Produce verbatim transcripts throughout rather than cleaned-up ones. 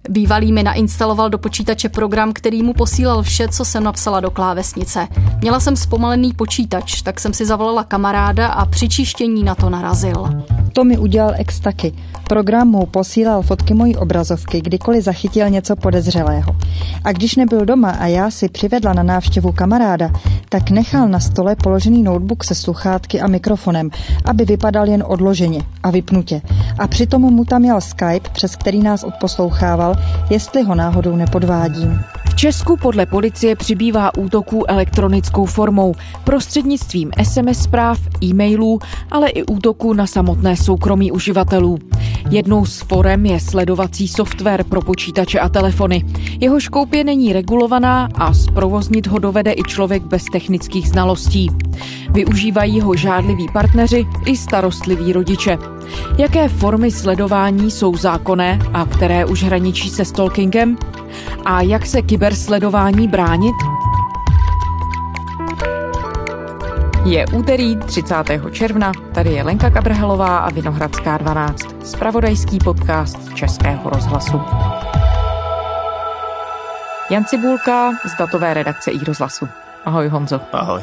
Bývalý mi nainstaloval do počítače program, který mu posílal vše, co jsem napsala do klávesnice. Měla jsem zpomalený počítač, tak jsem si zavolala kamaráda a při čištění na to narazil. To mi udělal ex taky. Program mu posílal fotky mojí obrazovky, kdykoliv zachytil něco podezřelého. A když nebyl doma a já si přivedla na návštěvu kamaráda, tak nechal na stole položený notebook se sluchátky a mikrofonem, aby vypadal jen odloženě a vypnutě. A přitom mu tam jel Skype, přes který nás odposlouchával, jestli ho náhodou nepodvádím. V Česku podle policie přibývá útoků elektronickou formou, prostřednictvím es em es zpráv, e-mailů, ale i útoků na samotné soukromí uživatelů. Jednou z forem je sledovací software pro počítače a telefony. Jeho škoupě není regulovaná a zprovoznit ho dovede i člověk bez technických znalostí. Využívají ho žádliví partneři i starostliví rodiče. Jaké formy sledování jsou zákonné a které už hraničí se stalkingem? A jak se kybersledování bránit? Je úterý třicátého června, tady je Lenka Kabrhelová a Vinohradská dvanáct, zpravodajský podcast Českého rozhlasu. Jan Cibulka z datové redakce iRozhlasu. Ahoj Honzo. Ahoj.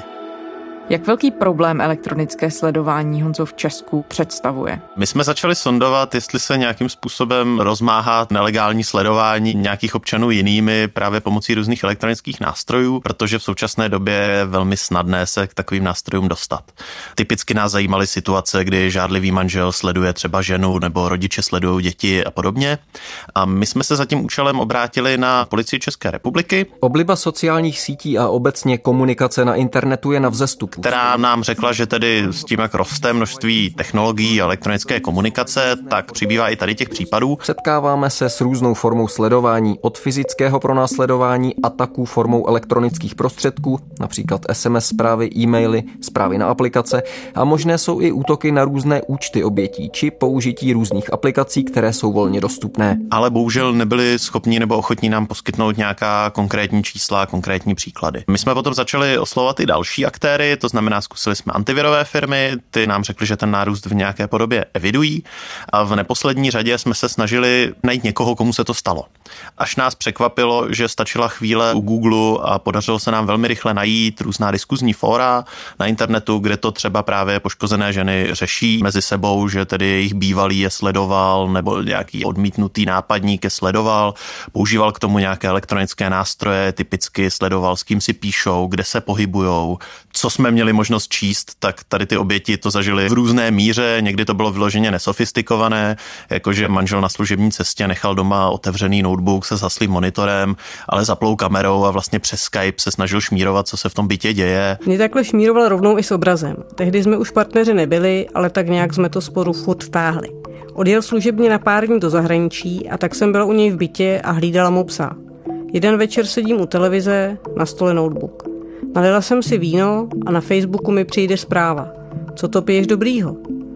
Jak velký problém elektronické sledování, Honzo, v Česku představuje? My jsme začali sondovat, jestli se nějakým způsobem rozmáhá nelegální sledování nějakých občanů jinými právě pomocí různých elektronických nástrojů, protože v současné době je velmi snadné se k takovým nástrojům dostat. Typicky nás zajímaly situace, kdy žádlivý manžel sleduje třeba ženu nebo rodiče sledují děti a podobně. A my jsme se za tím účelem obrátili na Policii České republiky. Obliba sociálních sítí a obecně komunikace na internetu je na vzestupu, která nám řekla, že tedy s tím, jak roste množství technologií a elektronické komunikace, tak přibývá i tady těch případů. Setkáváme se s různou formou sledování, od fyzického pronásledování, ataků formou elektronických prostředků, například es em es zprávy, e-maily, zprávy na aplikace, a možné jsou i útoky na různé účty obětí či použití různých aplikací, které jsou volně dostupné. Ale bohužel nebyli schopni nebo ochotní nám poskytnout nějaká konkrétní čísla, konkrétní příklady. My jsme potom začali oslovovat i další aktéry, to znamená, zkusili jsme antivirové firmy, ty nám řekli, že ten nárůst v nějaké podobě evidují, a v neposlední řadě jsme se snažili najít někoho, komu se to stalo. Až nás překvapilo, že stačila chvíle u Google a podařilo se nám velmi rychle najít různá diskuzní fóra na internetu, kde to třeba právě poškozené ženy řeší mezi sebou, že tedy jejich bývalý je sledoval nebo nějaký odmítnutý nápadník je sledoval, používal k tomu nějaké elektronické nástroje, typicky sledoval, s kým si píšou, kde se pohybujou. Co jsme měli možnost číst, tak tady ty oběti to zažili v různé míře, někdy to bylo vyloženě nesofistikované, jakože manžel na služební cestě nechal doma otevřený notebook se zaslým monitorem, ale zaplou kamerou a vlastně přes Skype se snažil šmírovat, co se v tom bytě děje. Mě takhle šmíroval rovnou i s obrazem. Tehdy jsme už partneři nebyli, ale tak nějak jsme to sporu furt táhli. Odjel služebně na pár dní do zahraničí a tak jsem byla u něj v bytě a hlídala mu psa. Jeden večer sedím u televize, na stole notebook. Nalila jsem si víno a na Facebooku mi přijde zpráva. Co to piješ dobrýho?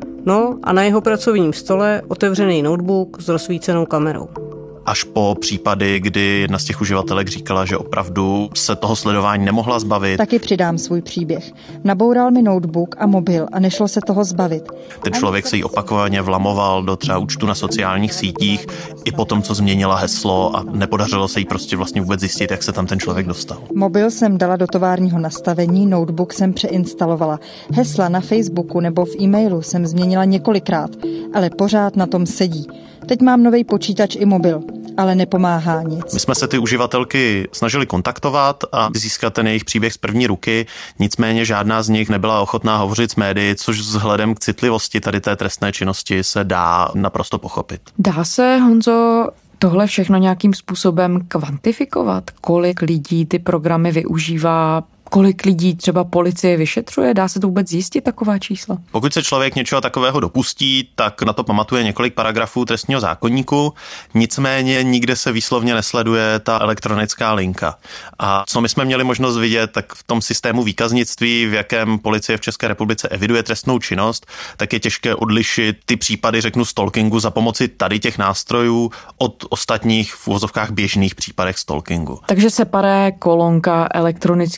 No a na jeho pracovním stole otevřený notebook s rozsvícenou kamerou. Až po případy, kdy jedna z těch uživatelek říkala, že opravdu se toho sledování nemohla zbavit. Taky přidám svůj příběh. Naboural mi notebook a mobil a nešlo se toho zbavit. Ten člověk se jí opakovaně vlamoval do třeba účtu na sociálních sítích i po tom, co změnila heslo, a nepodařilo se jí prostě vlastně vůbec zjistit, jak se tam ten člověk dostal. Mobil jsem dala do továrního nastavení, notebook jsem přeinstalovala. Hesla na Facebooku nebo v e-mailu jsem změnila několikrát, ale pořád na tom sedí. Teď mám nový počítač i mobil, ale nepomáhá nic. My jsme se ty uživatelky snažili kontaktovat a získat ten jejich příběh z první ruky, nicméně žádná z nich nebyla ochotná hovořit s médii, což vzhledem k citlivosti tady té trestné činnosti se dá naprosto pochopit. Dá se, Honzo, tohle všechno nějakým způsobem kvantifikovat? Kolik lidí ty programy využívá? Kolik lidí třeba policie vyšetřuje? Dá se to vůbec zjistit, taková čísla? Pokud se člověk něčeho takového dopustí, tak na to pamatuje několik paragrafů trestního zákoníku, nicméně nikde se výslovně nesleduje ta elektronická linka. A co my jsme měli možnost vidět, tak v tom systému výkaznictví, v jakém policie v České republice eviduje trestnou činnost, tak je těžké odlišit ty případy, řeknu, stalkingu za pomoci tady těch nástrojů od ostatních v uvozovkách běžných případech stalkingu. Takže separé kolonka elektronický stalking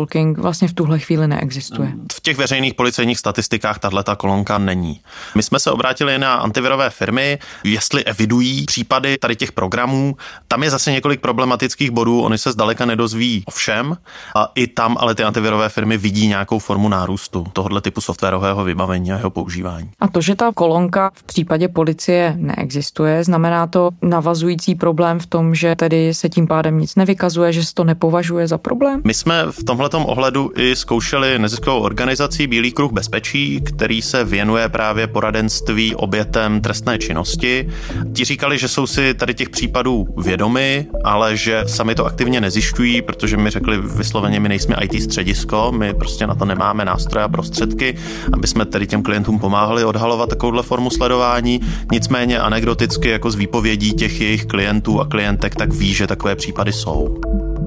stalking vlastně v tuhle chvíli neexistuje. V těch veřejných policejních statistikách tahleta kolonka není. My jsme se obrátili na antivirové firmy, jestli evidují případy tady těch programů. Tam je zase několik problematických bodů, oni se zdaleka nedozví o všem a i tam ale ty antivirové firmy vidí nějakou formu nárůstu tohoto typu softwarového vybavení a jeho používání. A to, že ta kolonka v případě policie neexistuje, znamená to navazující problém v tom, že tedy se tím pádem nic nevykazuje, že se to nepovažuje za problém? My jsme v tomhletom ohledu i zkoušeli neziskovou organizaci Bílý kruh bezpečí, který se věnuje právě poradenství obětem trestné činnosti. Ti říkali, že jsou si tady těch případů vědomi, ale že sami to aktivně nezjišťují, protože mi řekli vysloveně, my nejsme í té středisko, my prostě na to nemáme nástroje a prostředky, aby jsme tedy těm klientům pomáhali odhalovat takovouhle formu sledování. Nicméně anekdoticky jako z výpovědí těch jejich klientů a klientek tak ví, že takové případy jsou.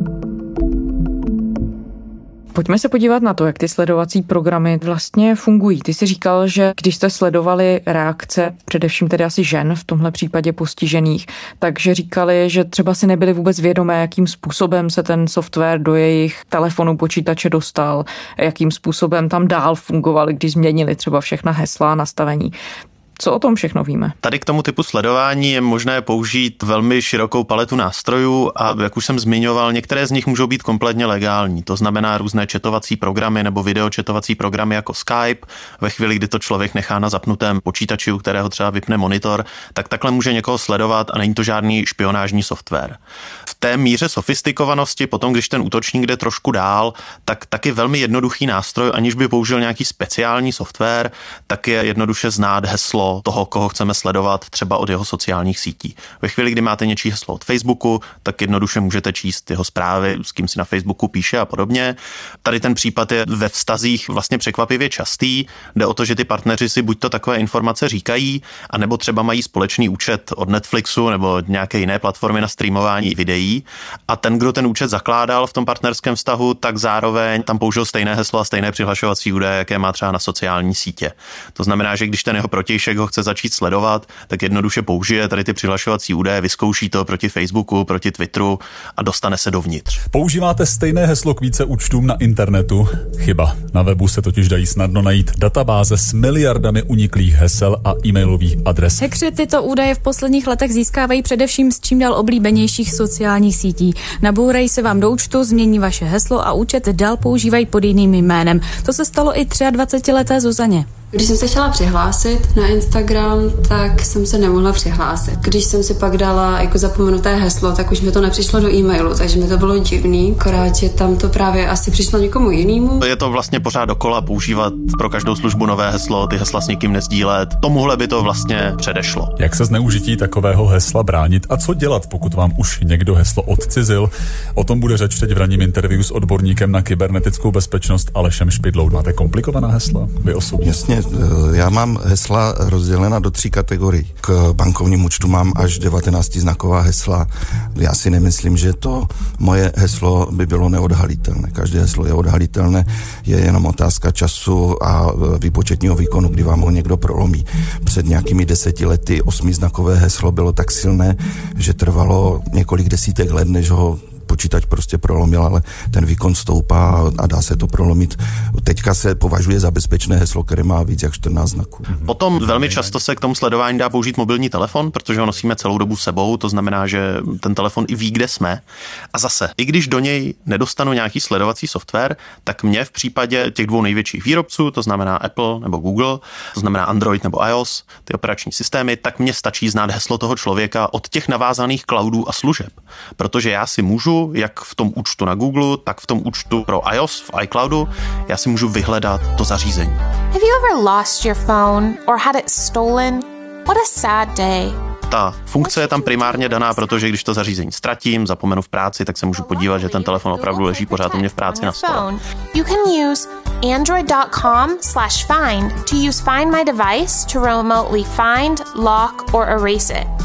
Pojďme se podívat na to, jak ty sledovací programy vlastně fungují. Ty jsi říkal, že když jste sledovali reakce, především tedy asi žen, v tomhle případě postižených, takže říkali, že třeba si nebyli vůbec vědomé, jakým způsobem se ten software do jejich telefonu, počítače dostal, jakým způsobem tam dál fungovali, když změnili třeba všechna hesla a nastavení. Co o tom všechno víme? Tady k tomu typu sledování je možné použít velmi širokou paletu nástrojů a jak už jsem zmiňoval, některé z nich můžou být kompletně legální. To znamená různé četovací programy nebo videočetovací programy jako Skype. Ve chvíli, kdy to člověk nechá na zapnutém počítači, u kterého třeba vypne monitor, tak takhle může někoho sledovat a není to žádný špionážní software. V té míře sofistikovanosti potom, když ten útočník jde trošku dál, tak taky velmi jednoduchý nástroj, aniž by použil nějaký speciální software, tak je jednoduše znát heslo toho, koho chceme sledovat, třeba od jeho sociálních sítí. Ve chvíli, kdy máte něčí heslo od Facebooku, tak jednoduše můžete číst jeho zprávy, s kým si na Facebooku píše a podobně. Tady ten případ je ve vztazích vlastně překvapivě častý. Jde o to, že ty partneři si buď to takové informace říkají, anebo třeba mají společný účet od Netflixu nebo nějaké jiné platformy na streamování videí. A ten, kdo ten účet zakládal v tom partnerském vztahu, tak zároveň tam použil stejné heslo a stejné přihlašovací údaje, jaké má třeba na sociální sítě. To znamená, že když ten jeho protějšek ho chce začít sledovat, tak jednoduše použije tady ty přihlašovací údaje, vyzkouší to proti Facebooku, proti Twitteru a dostane se dovnitř. Používáte stejné heslo k více účtům na internetu? Chyba. Na webu se totiž dají snadno najít databáze s miliardami uniklých hesel a e-mailových adres. Hackři tyto údaje v posledních letech získávají především z čím dál oblíbenějších sociálních sítí. Nabourají se vám do účtu, změní vaše heslo a účet dál používají pod jiným jménem. To se stalo i dvacetileté Zuzaně. Když jsem se chtěla přihlásit na Instagram, tak jsem se nemohla přihlásit. Když jsem si pak dala jako zapomenuté heslo, tak už mi to nepřišlo do e-mailu, takže mi to bylo divný, akorát, že tam to právě asi přišlo někomu jinému. Je to vlastně pořád dokola používat pro každou službu nové heslo, ty hesla s někým nesdílet. Tomuhle by to vlastně předešlo. Jak se zneužití takového hesla bránit a co dělat, pokud vám už někdo heslo odcizil? O tom bude řeč teď v ranním interview s odborníkem na kybernetickou bezpečnost Alešem Špidlou. Máte komplikovaná hesla? Vy osobně? Jasně. Já mám hesla rozdělena do tří kategorií. K bankovním účtu mám až devatenáctiznaková hesla. Já si nemyslím, že to moje heslo by bylo neodhalitelné. Každé heslo je odhalitelné, je jenom otázka času a výpočetního výkonu, kdy vám ho někdo prolomí. Před nějakými deseti lety osmiznakové heslo bylo tak silné, že trvalo několik desítek let, než ho počítač prostě prolomil, ale ten výkon stoupá a dá se to prolomit. Teďka se považuje za bezpečné heslo, které má víc jak čtrnáct znaků. Potom velmi často se k tomu sledování dá použít mobilní telefon, protože ho nosíme celou dobu sebou, to znamená, že ten telefon i ví, kde jsme. A zase, i když do něj nedostanu nějaký sledovací software, tak mě v případě těch dvou největších výrobců, to znamená Apple nebo Google, to znamená Android nebo iOS, ty operační systémy, tak mně stačí znát heslo toho člověka od těch navázaných cloudů a služeb. Protože já si můžu jak v tom účtu na Google, tak v tom účtu pro iOS v iCloudu, já si můžu vyhledat to zařízení. Have you ever lost your phone or had it stolen? What a sad day. Ta funkce je tam primárně daná, protože když to zařízení ztratím, zapomenu v práci, tak se můžu podívat, že ten telefon opravdu leží pořád u mě v práci na stole. You can use android dot com slash find to use Find My Device to remotely find, lock or erase it.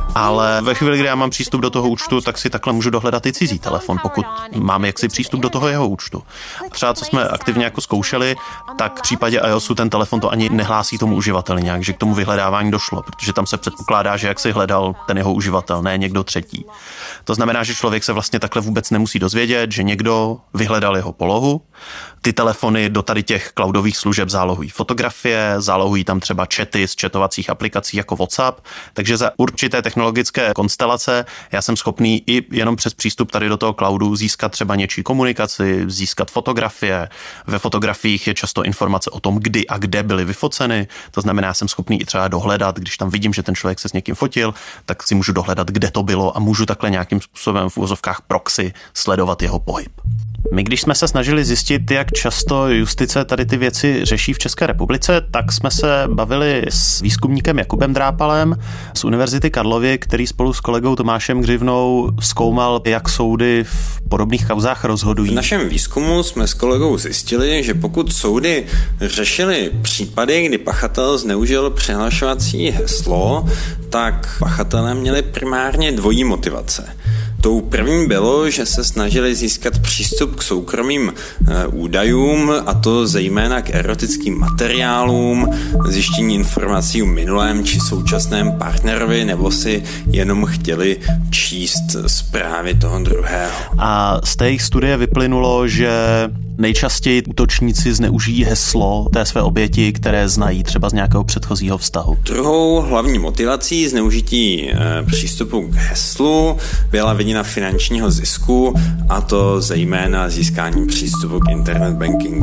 Ale ve chvíli, kdy já mám přístup do toho účtu, tak si takhle můžu dohledat i cizí telefon, pokud mám jaksi přístup do toho jeho účtu. Třeba co jsme aktivně jako zkoušeli, tak v případě iOSu ten telefon to ani nehlásí tomu uživateli nějak, že k tomu vyhledávání došlo, protože tam se předpokládá, že jak si hledal ten jeho uživatel, ne někdo třetí. To znamená, že člověk se vlastně takhle vůbec nemusí dozvědět, že někdo vyhledal jeho polohu. Ty telefony do tady těch cloudových služeb zálohují fotografie, zálohují tam třeba chaty z chatovacích aplikací jako WhatsApp, takže za určité technologické konstelace já jsem schopný i jenom přes přístup tady do toho cloudu získat třeba něčí komunikaci, získat fotografie. Ve fotografiích je často informace o tom, kdy a kde byly vyfoceny, to znamená, já jsem schopný i třeba dohledat, když tam vidím, že ten člověk se s někým fotil, tak si můžu dohledat, kde to bylo a můžu takhle nějakým způsobem v uvozovkách proxy sledovat jeho pohyb. My, když jsme se snažili zjistit, jak často justice tady ty věci řeší v České republice, tak jsme se bavili s výzkumníkem Jakubem Drápalem z Univerzity Karlovy, který spolu s kolegou Tomášem Hřivnou zkoumal, jak soudy v podobných kauzách rozhodují. V našem výzkumu jsme s kolegou zjistili, že pokud soudy řešily případy, kdy pachatel zneužil přihlašovací heslo, tak pachatelé měli primárně dvojí motivace. Tou první bylo, že se snažili získat přístup k soukromým e, údajům, a to zejména k erotickým materiálům, zjištění informací o minulém či současném partnerovi, nebo si jenom chtěli číst zprávy toho druhého. A z té jejich studie vyplynulo, že nejčastěji útočníci zneužijí heslo té své oběti, které znají třeba z nějakého předchozího vztahu. Druhou hlavní motivací zneužití e, přístupu k heslu byla vidina finančního zisku, a to zejména získání přístupu k internet bankingu.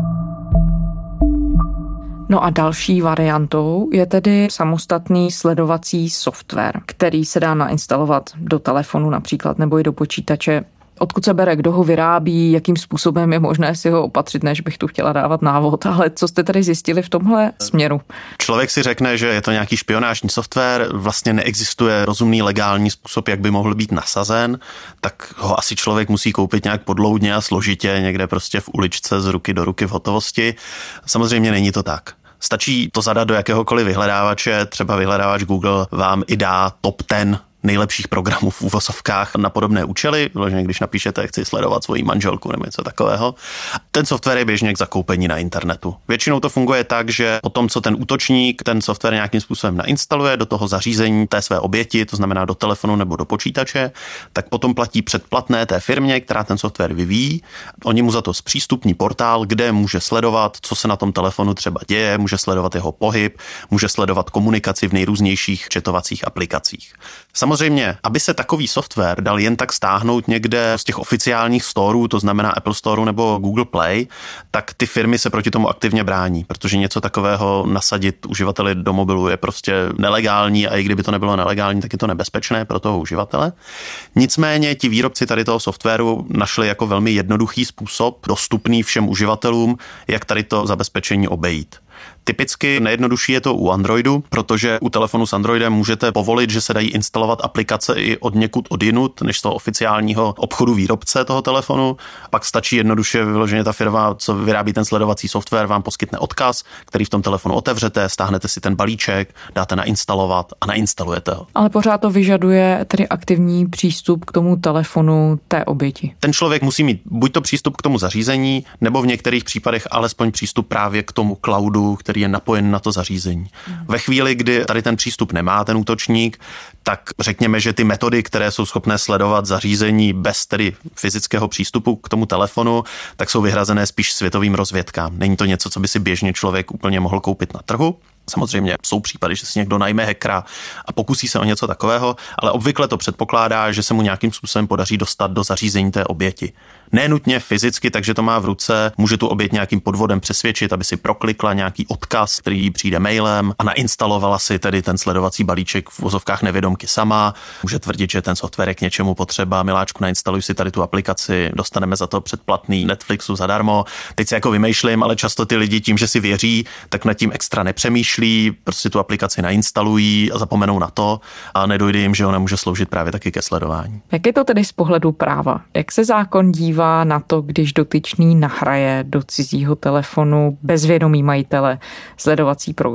No a další variantou je tedy samostatný sledovací software, který se dá nainstalovat do telefonu například nebo i do počítače. Odkud se bere, kdo ho vyrábí, jakým způsobem je možné si ho opatřit, než bych tu chtěla dávat návod, ale co jste tady zjistili v tomhle směru? Člověk si řekne, že je to nějaký špionážní software, vlastně neexistuje rozumný legální způsob, jak by mohl být nasazen, tak ho asi člověk musí koupit nějak podloudně a složitě, někde prostě v uličce z ruky do ruky v hotovosti. Samozřejmě není to tak. Stačí to zadat do jakéhokoliv vyhledávače, třeba vyhledávač Google vám i dá top deset nejlepších programů v uvozovkách na podobné účely, vloženě když napíšete, chci sledovat svoji manželku nebo něco takového. Ten software je běžně k zakoupení na internetu. Většinou to funguje tak, že po tom, co ten útočník ten software nějakým způsobem nainstaluje do toho zařízení té své oběti, to znamená do telefonu nebo do počítače, tak potom platí předplatné té firmě, která ten software vyvíjí. Oni mu za to zpřístupní portál, kde může sledovat, co se na tom telefonu třeba děje, může sledovat jeho pohyb, může sledovat komunikaci v nejrůznějších chatovacích aplikacích. Samozřejmě, aby se takový software dal jen tak stáhnout někde z těch oficiálních storů, to znamená Apple Store nebo Google Play, tak ty firmy se proti tomu aktivně brání, protože něco takového nasadit uživateli do mobilu je prostě nelegální a i kdyby to nebylo nelegální, tak je to nebezpečné pro toho uživatele. Nicméně ti výrobci tady toho softwaru našli jako velmi jednoduchý způsob, dostupný všem uživatelům, jak tady to zabezpečení obejít. Typicky nejjednodušší je to u Androidu, protože u telefonu s Androidem můžete povolit, že se dají instalovat aplikace i od někud odjinud, než z toho oficiálního obchodu výrobce toho telefonu. Pak stačí jednoduše vyloženě ta firma, co vyrábí ten sledovací software, vám poskytne odkaz, který v tom telefonu otevřete, stáhnete si ten balíček, dáte nainstalovat a nainstalujete ho. Ale pořád to vyžaduje tedy aktivní přístup k tomu telefonu té oběti. Ten člověk musí mít buď to přístup k tomu zařízení, nebo v některých případech alespoň přístup právě k tomu cloudu, který je napojen na to zařízení. Ve chvíli, kdy tady ten přístup nemá ten útočník, tak řekněme, že ty metody, které jsou schopné sledovat zařízení bez tedy fyzického přístupu k tomu telefonu, tak jsou vyhrazené spíš světovým rozvědkám. Není to něco, co by si běžně člověk úplně mohl koupit na trhu. Samozřejmě jsou případy, že si někdo najme hackera a pokusí se o něco takového, ale obvykle to předpokládá, že se mu nějakým způsobem podaří dostat do zařízení té oběti. Nenutně fyzicky, takže to má v ruce, může tu oběť nějakým podvodem přesvědčit, aby si proklikla nějaký odkaz, který jí přijde mailem a nainstalovala si tedy ten sledovací balíček v vozovkách nevědomky sama. Může tvrdit, že ten software je k něčemu potřeba, miláčku, nainstaluj si tady tu aplikaci, dostaneme za to předplatný Netflixu zadarmo. Teď si jako vymýšlím, ale často ty lidi tím, že si věří, tak nad tím extra nepřemýšlí, prostě tu aplikaci nainstalují a zapomenou na to a nedojde jim, že ona může sloužit právě taky ke sledování. Jak je to tedy z pohledu práva? Jak se zákon dívá na to, když dotyčný nahraje do cizího telefonu bez vědomí majitele sledovací program?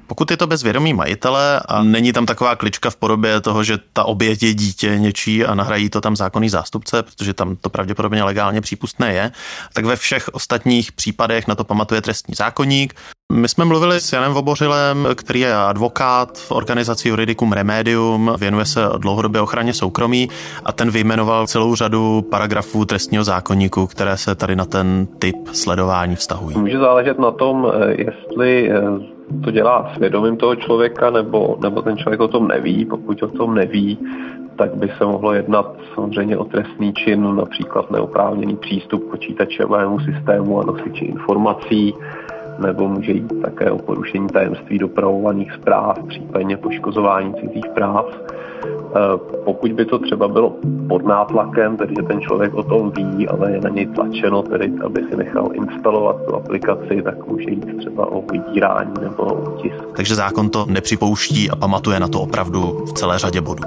Pokud je to bez vědomí majitele a není tam taková klička v podobě toho, že ta oběť je dítě něčí a nahrají to tam zákonný zástupce, protože tam to pravděpodobně legálně přípustné je, tak ve všech ostatních případech na to pamatuje trestní zákoník. My jsme mluvili s Janem Vobořilem, který je advokát v organizaci Juridicum Remedium, věnuje se dlouhodobě ochraně soukromí a ten vyjmenoval celou řadu paragrafů trestního zákoníku, které se tady na ten typ sledování vztahují. Může záležet na tom, jestli to dělá svědomím toho člověka, nebo, nebo ten člověk o tom neví. Pokud o tom neví, tak by se mohlo jednat samozřejmě o trestný čin, například neoprávněný přístup k počítačovému systému a nosiči informací, nebo může jít také o porušení tajemství dopravovaných zpráv, případně poškozování cizích práv. Pokud by to třeba bylo pod nátlakem, tedy že ten člověk o tom ví, ale je na něj tlačeno, tedy aby si nechal instalovat tu aplikaci, tak může jít třeba o vydírání nebo o útisk. Takže zákon to nepřipouští a pamatuje na to opravdu v celé řadě bodů.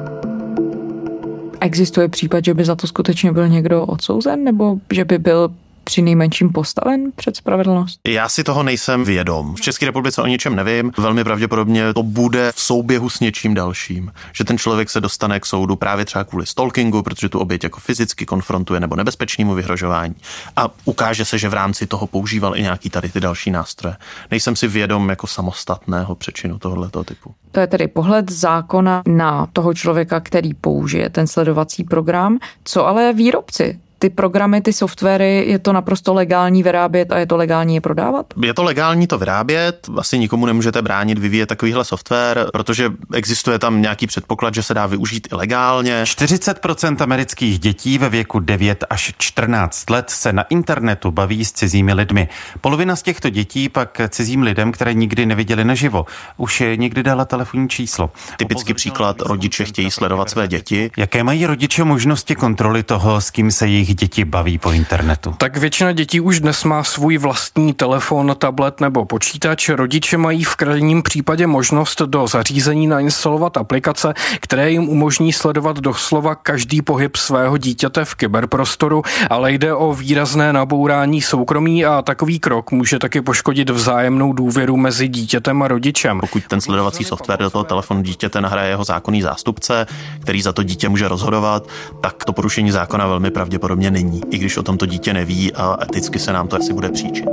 Existuje případ, že by za to skutečně byl někdo odsouzen, nebo že by byl při nejmenším postaven před spravedlnost? Já si toho nejsem vědom. V České republice o ničem nevím. Velmi pravděpodobně to bude v souběhu s něčím dalším. Že ten člověk se dostane k soudu právě třeba kvůli stalkingu, protože tu oběť jako fyzicky konfrontuje, nebo nebezpečnému vyhrožování. A ukáže se, že v rámci toho používal i nějaký tady ty další nástroje. Nejsem si vědom jako samostatného přečinu tohoto typu. To je tedy pohled zákona na toho člověka, který použije ten sledovací program. Co ale výrobci? Ty programy, ty softwary, je to naprosto legální vyrábět a je to legální je prodávat? Je to legální to vyrábět, asi nikomu nemůžete bránit vyvíjet takovýhle software, protože existuje tam nějaký předpoklad, že se dá využít i legálně. čtyřicet procent amerických dětí ve věku devět až čtrnáct let se na internetu baví s cizími lidmi. Polovina z těchto dětí pak cizím lidem, které nikdy neviděli naživo, už někdy dala telefonní číslo. Typický příklad, rodiče chtějí sledovat své děti. Jaké mají rodiče možnosti kontroly toho, s kým se jejich děti baví po internetu? Tak většina dětí už dnes má svůj vlastní telefon, tablet nebo počítač. Rodiče mají v krajním případě možnost do zařízení nainstalovat aplikace, které jim umožní sledovat doslova každý pohyb svého dítěte v kyberprostoru, ale jde o výrazné nabourání soukromí a takový krok může taky poškodit vzájemnou důvěru mezi dítětem a rodičem. Pokud ten sledovací software do toho telefonu dítěte nahraje jeho zákonný zástupce, který za to dítě může rozhodovat, tak to porušení zákona velmi pravděpodobně není, i když o tom to dítě neví a eticky se nám to asi bude příčit.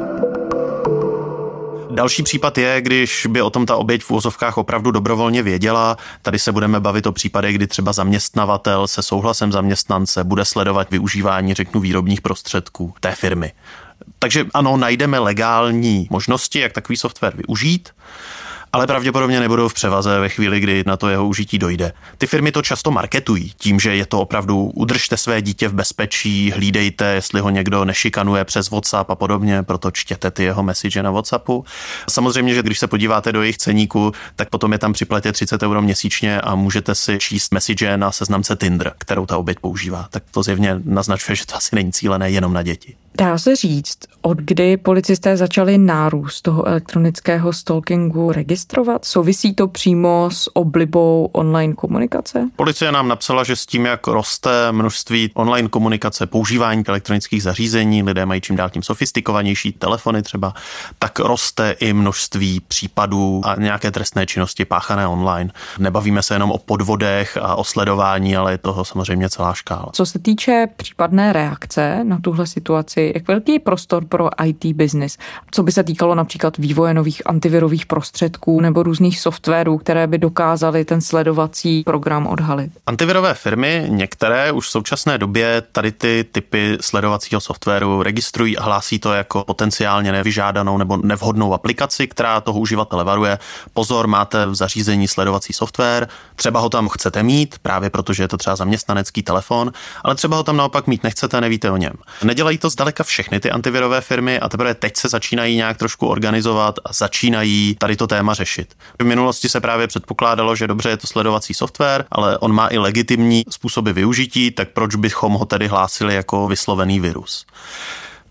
Další případ je, když by o tom ta oběť v úvozovkách opravdu dobrovolně věděla. Tady se budeme bavit o případech, kdy třeba zaměstnavatel se souhlasem zaměstnance bude sledovat využívání, řeknu, výrobních prostředků té firmy. Takže ano, najdeme legální možnosti, jak takový software využít, ale pravděpodobně nebudou v převaze ve chvíli, kdy na to jeho užití dojde. Ty firmy to často marketují tím, že je to opravdu udržte své dítě v bezpečí, hlídejte, jestli ho někdo nešikanuje přes WhatsApp a podobně, proto čtěte ty jeho message na WhatsAppu. Samozřejmě, že když se podíváte do jejich ceníku, tak potom je tam připlatě třicet euro měsíčně a můžete si číst message na seznamce Tinder, kterou ta oběť používá. Tak to zjevně naznačuje, že to asi není cílené jenom na děti. Dá se říct, od kdy policisté začali nárůst toho elektronického stalkingu registrovat? Souvisí to přímo s oblibou online komunikace? Policie nám napsala, že s tím, jak roste množství online komunikace, používání elektronických zařízení, lidé mají čím dál tím sofistikovanější telefony třeba, tak roste i množství případů a nějaké trestné činnosti páchané online. Nebavíme se jenom o podvodech a o sledování, ale je toho samozřejmě celá škála. Co se týče případné reakce na tuhle situaci, jak velký je prostor pro í té business? Co by se týkalo například vývoje nových antivirových prostředků nebo různých softwarů, které by dokázaly ten sledovací program odhalit? Antivirové firmy, některé už v současné době tady ty typy sledovacího softwaru registrují a hlásí to jako potenciálně nevyžádanou nebo nevhodnou aplikaci, která toho uživatele varuje. Pozor, máte v zařízení sledovací software, třeba ho tam chcete mít, právě protože je to třeba zaměstnanecký telefon, ale třeba ho tam naopak mít nechcete, nevíte o něm. Nedělají to zdaleka všechny ty antivirové firmy a teprve teď se začínají nějak trošku organizovat a začínají tady to téma řešit. V minulosti se právě předpokládalo, že dobře je to sledovací software, ale on má i legitimní způsoby využití, tak proč bychom ho tedy hlásili jako vyslovený virus?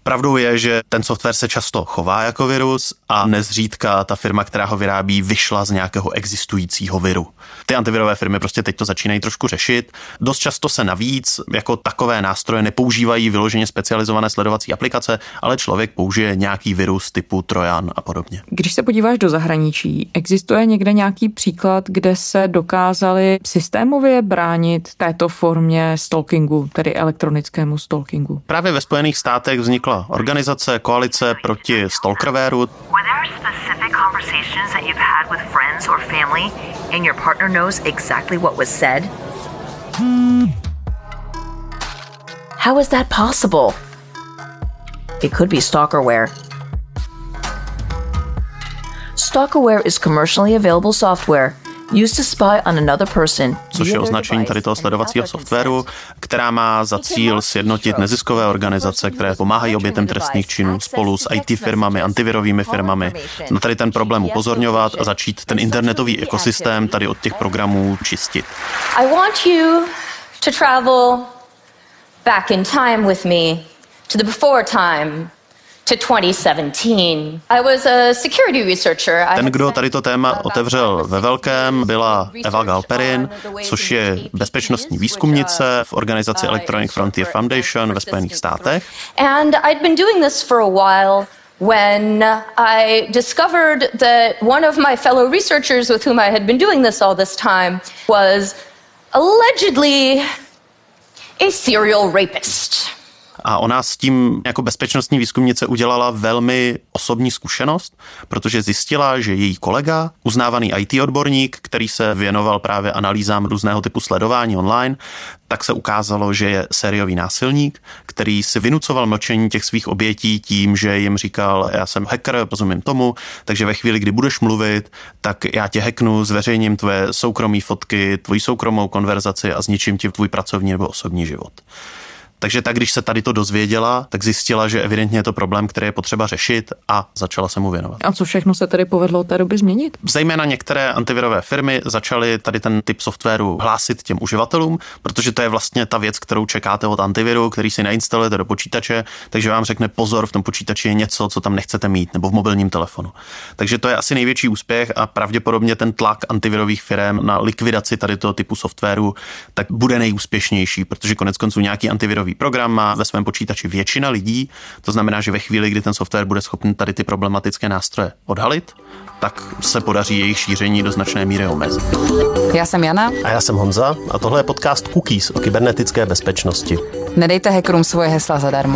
Pravdou je, že ten software se často chová jako virus a nezřídka ta firma, která ho vyrábí, vyšla z nějakého existujícího viru. Ty antivirové firmy prostě teď to začínají trošku řešit. Dost často se navíc jako takové nástroje nepoužívají vyloženě specializované sledovací aplikace, ale člověk použije nějaký virus typu Trojan a podobně. Když se podíváš do zahraničí, existuje někde nějaký příklad, kde se dokázali systémově bránit této formě stalkingu, tedy elektronickému stalkingu? Právě ve Spojených státech vznikla organizace Koalice proti stalkerwareu. How is that possible? It could be stalkerware. Stalkerware is commercially available software used to spy on another person. Což je označení tady toho sledovacího softwaru, která má za cíl sjednotit neziskové organizace, které pomáhají obětem trestných činů spolu s í té firmami, antivirovými firmami, na tady ten problém upozorňovat a začít ten internetový ekosystém tady od těch programů čistit. I want you to travel back in time with me to the before time. twenty seventeen. I was a security researcher. Ten, kdo tady to téma otevřel ve velkém, byla Eva Galperin, což je bezpečnostní výzkumnice v organizaci Electronic Frontier Foundation ve Spojených státech. And I'd been doing this for a while when I discovered that one of my fellow researchers with whom I had been doing this all this time was allegedly a serial rapist. A ona s tím jako bezpečnostní výzkumnice udělala velmi osobní zkušenost, protože zjistila, že její kolega, uznávaný í té odborník, který se věnoval právě analýzám různého typu sledování online, tak se ukázalo, že je sériový násilník, který si vynucoval mlčení těch svých obětí tím, že jim říkal, já jsem hacker, rozumím tomu, takže ve chvíli, kdy budeš mluvit, tak já tě hacknu, zveřejním tvoje soukromí fotky, tvoji soukromou konverzaci a zničím ti tvůj pracovní nebo osobní život. Takže tak, když se tady to dozvěděla, tak zjistila, že evidentně je to problém, který je potřeba řešit a začala se mu věnovat. A co všechno se tedy povedlo od té doby změnit? Zejména některé antivirové firmy začaly tady ten typ softwaru hlásit těm uživatelům, protože to je vlastně ta věc, kterou čekáte od antiviru, který si nainstalujete do počítače, takže vám řekne pozor, v tom počítači je něco, co tam nechcete mít, nebo v mobilním telefonu. Takže to je asi největší úspěch a pravděpodobně ten tlak antivirových firm na likvidaci tady toho typu softwaru tak bude nejúspěšnější, protože koneckonců nějaký antivirový program má ve svém počítači většina lidí, to znamená, že ve chvíli, kdy ten software bude schopný tady ty problematické nástroje odhalit, tak se podaří jejich šíření do značné míry omezit. Já jsem Jana. A já jsem Honza a tohle je podcast Cookies o kybernetické bezpečnosti. Nedejte hackerům svoje hesla zadarmo.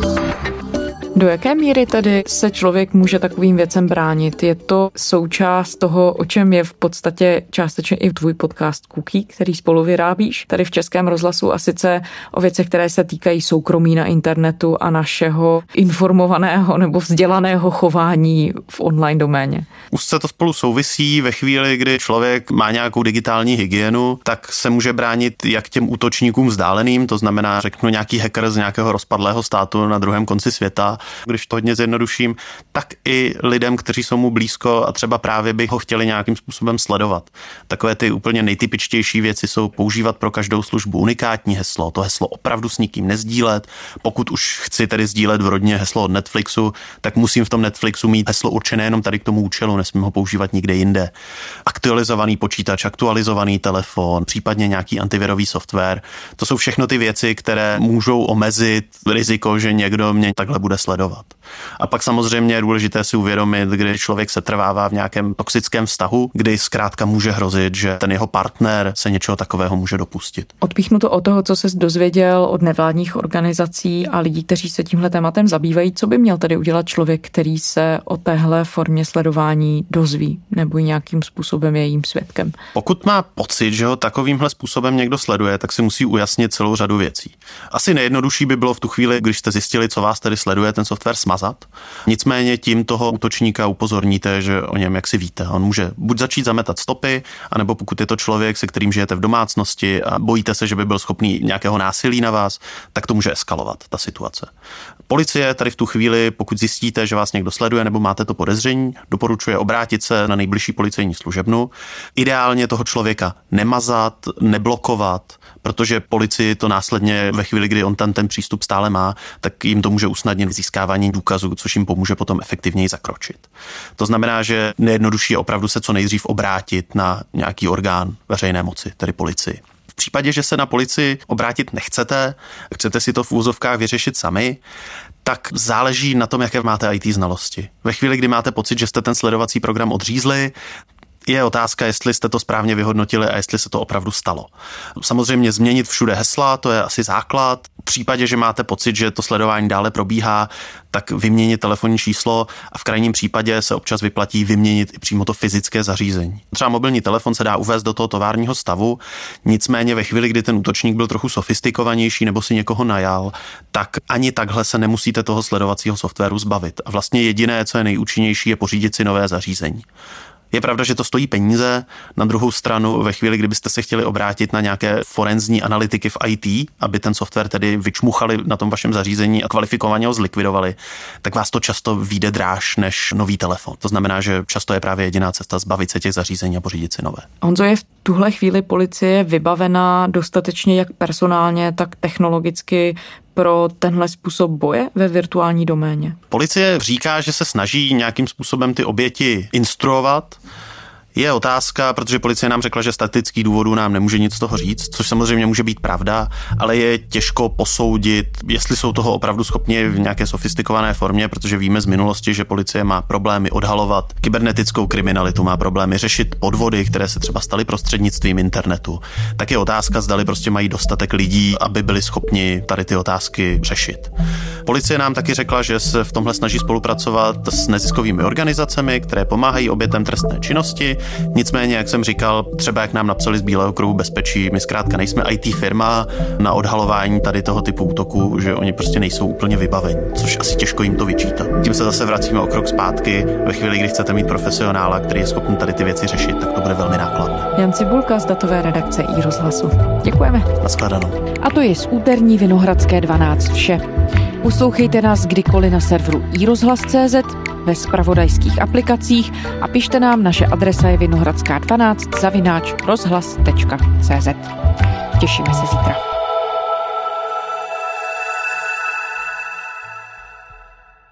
Do jaké míry tedy se člověk může takovým věcem bránit? Je to součást toho, o čem je v podstatě částečně i tvůj podcast Cookie, který spolu vyrábíš tady v Českém rozhlasu, a sice o věcech, které se týkají soukromí na internetu a našeho informovaného nebo vzdělaného chování v online doméně. Už se to spolu souvisí. Ve chvíli, kdy člověk má nějakou digitální hygienu, tak se může bránit jak těm útočníkům vzdáleným, to znamená, řeknu, nějaký hacker z nějakého rozpadlého státu na druhém konci světa, když to hodně zjednoduším, tak i lidem, kteří jsou mu blízko a třeba právě by ho chtěli nějakým způsobem sledovat. Takové ty úplně nejtypičtější věci jsou používat pro každou službu unikátní heslo, to heslo opravdu s nikým nezdílet. Pokud už chci tedy sdílet v rodině heslo od Netflixu, tak musím v tom Netflixu mít heslo určené jenom tady k tomu účelu, nesmím ho používat nikde jinde. Aktualizovaný počítač, aktualizovaný telefon, případně nějaký antivirový software. To jsou všechno ty věci, které můžou omezit riziko, že někdo mě takhle bude sledovat. A pak samozřejmě je důležité si uvědomit, kdy člověk se trvává v nějakém toxickém vztahu, kdy zkrátka může hrozit, že ten jeho partner se něčeho takového může dopustit. Odpíchnu to od toho, co ses dozvěděl od nevládních organizací a lidí, kteří se tímhle tématem zabývají. Co by měl tedy udělat člověk, který se o téhle formě sledování dozví nebo nějakým způsobem je jím svědkem? Pokud má pocit, že ho takovýmhle způsobem někdo sleduje, tak si musí ujasnit celou řadu věcí. Asi nejjednodušší by bylo v tu chvíli, když jste zjistili, co vás tedy sleduje, ten software smazat. Nicméně tím toho útočníka upozorníte, že o něm jaksi víte. On může buď začít zametat stopy, anebo pokud je to člověk, se kterým žijete v domácnosti a bojíte se, že by byl schopný nějakého násilí na vás, tak to může eskalovat, ta situace. Policie tady v tu chvíli, pokud zjistíte, že vás někdo sleduje nebo máte to podezření, doporučuje obrátit se na nejbližší policejní služebnu. Ideálně toho člověka nemazat, neblokovat, protože policii to následně ve chvíli, kdy on ten, ten přístup stále má, tak jim to může usnadnit získat získávání důkazů, což jim pomůže potom efektivněji zakročit. To znamená, že nejjednodušší je opravdu se co nejdřív obrátit na nějaký orgán veřejné moci, tedy policii. V případě, že se na policii obrátit nechcete, chcete si to v úvozovkách vyřešit sami, tak záleží na tom, jaké máte í té znalosti. Ve chvíli, kdy máte pocit, že jste ten sledovací program odřízli, je otázka, jestli jste to správně vyhodnotili a jestli se to opravdu stalo. Samozřejmě změnit všude hesla, to je asi základ. V případě, že máte pocit, že to sledování dále probíhá, tak vyměnit telefonní číslo a v krajním případě se občas vyplatí vyměnit i přímo to fyzické zařízení. Třeba mobilní telefon se dá uvést do toho továrního stavu, nicméně ve chvíli, kdy ten útočník byl trochu sofistikovanější nebo si někoho najal, tak ani takhle se nemusíte toho sledovacího softwaru zbavit. A vlastně jediné, co je nejúčinnější, je pořídit si nové zařízení. Je pravda, že to stojí peníze. Na druhou stranu, ve chvíli, kdybyste se chtěli obrátit na nějaké forenzní analytiky v í té, aby ten software tedy vyčmuchali na tom vašem zařízení a kvalifikovaně ho zlikvidovali, tak vás to často vyjde dráž než nový telefon. To znamená, že často je právě jediná cesta zbavit se těch zařízení a pořídit si nové. Honzo, je v tuhle chvíli policie vybavená dostatečně jak personálně, tak technologicky pro tenhle způsob boje ve virtuální doméně? Policie říká, že se snaží nějakým způsobem ty oběti instruovat. Je otázka, protože policie nám řekla, že z statických důvodů nám nemůže nic z toho říct, což samozřejmě může být pravda, ale je těžko posoudit, jestli jsou toho opravdu schopni v nějaké sofistikované formě, protože víme z minulosti, že policie má problémy odhalovat kybernetickou kriminalitu, má problémy řešit podvody, které se třeba staly prostřednictvím internetu. Tak je otázka, zdali prostě mají dostatek lidí, aby byli schopni tady ty otázky řešit. Policie nám taky řekla, že se v tomhle snaží spolupracovat s neziskovými organizacemi, které pomáhají obětem trestné činnosti. Nicméně, jak jsem říkal, třeba jak nám napsali z Bílého kruhu bezpečí, my zkrátka nejsme í té firma na odhalování tady toho typu útoku, že oni prostě nejsou úplně vybaveni, což asi těžko jim to vyčítat. Tím se zase vracíme o krok zpátky. Ve chvíli, kdy chcete mít profesionála, který je schopný tady ty věci řešit, tak to bude velmi nákladné. Jan Cibulka z datové redakce iRozhlasu. Děkujeme. Nashledanou. A to je z úterní Vinohradské dvanáct vše. Poslouchejte nás kdykoliv na serveru iRozhlas tečka cé zet, ve zpravodajských aplikacích a pište nám, naše adresa je vinohradská dvanáct zavináč rozhlas tečka cé zet. Těšíme se zítra.